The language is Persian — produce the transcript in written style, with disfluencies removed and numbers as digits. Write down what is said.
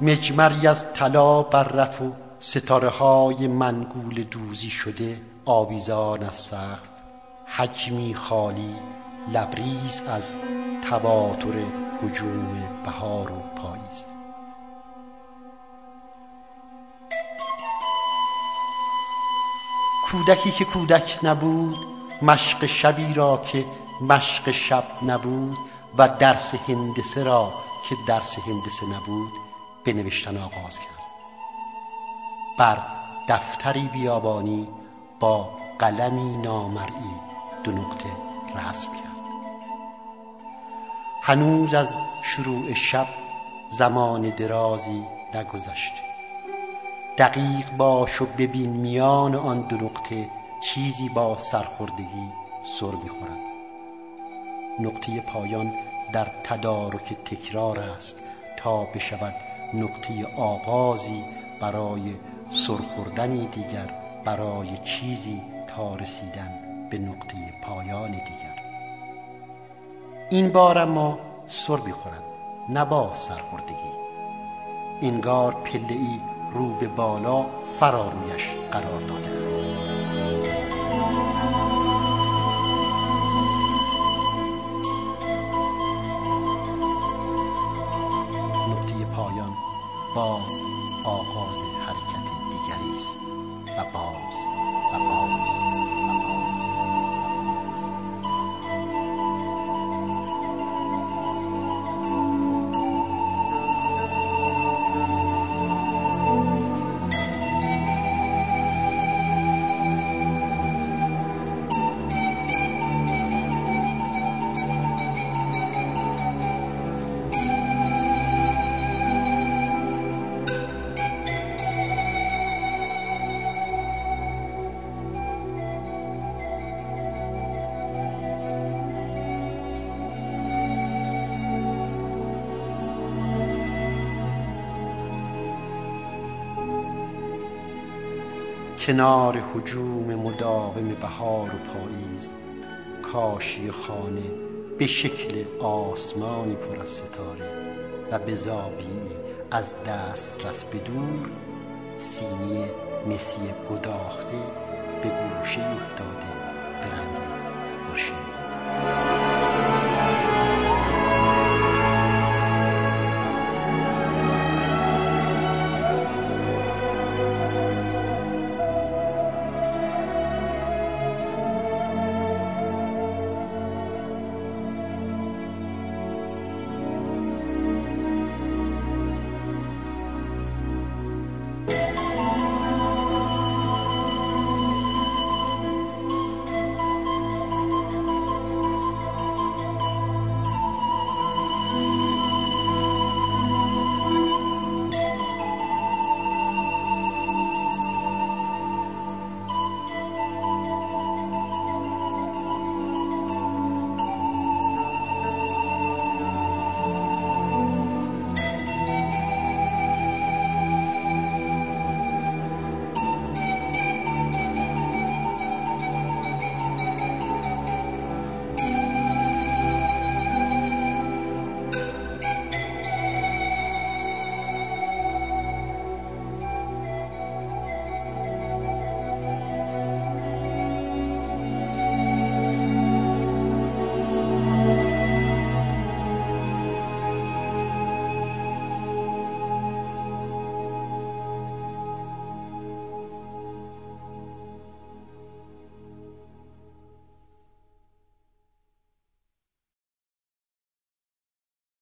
مجمری از طلا بر رف و ستاره های منگول دوزی شده آویزان از سقف، حجمی خالی لبریز از تواتر هجوم بهار و پاییز. کودکی که کودک نبود، مشق شبی را که مشق شب نبود، و درس هندسه را که درس هندسه نبود به نوشتن آغاز کرد. بر دفتری بیابانی با قلمی نامرئی 2 نقطه رسم کرد. هنوز از شروع شب زمان درازی نگذشته. دقیق باش و ببین میان آن 2 نقطه چیزی با سرخوردگی سر می‌خورد. نقطه پایان در تدارک تکرار است تا بشود نقطه آغازی برای سرخوردنی دیگر، برای چیزی تا رسیدن به نقطه پایان دیگر. این بار اما سر می‌خورد، نه با سرخوردگی. انگار پله‌ای رو به بالا فرارویش قرار داده. نقطه پایان باز آغاز حرکت دیگری است و باز و باز و باز و باز. کنار هجوم مداوم بهار و پاییز، کاشی خانه به شکل آسمانی پر از ستاره و به زاویه‌ای از دسترس به دور، سینی مسی گداخته به گوشه افتاده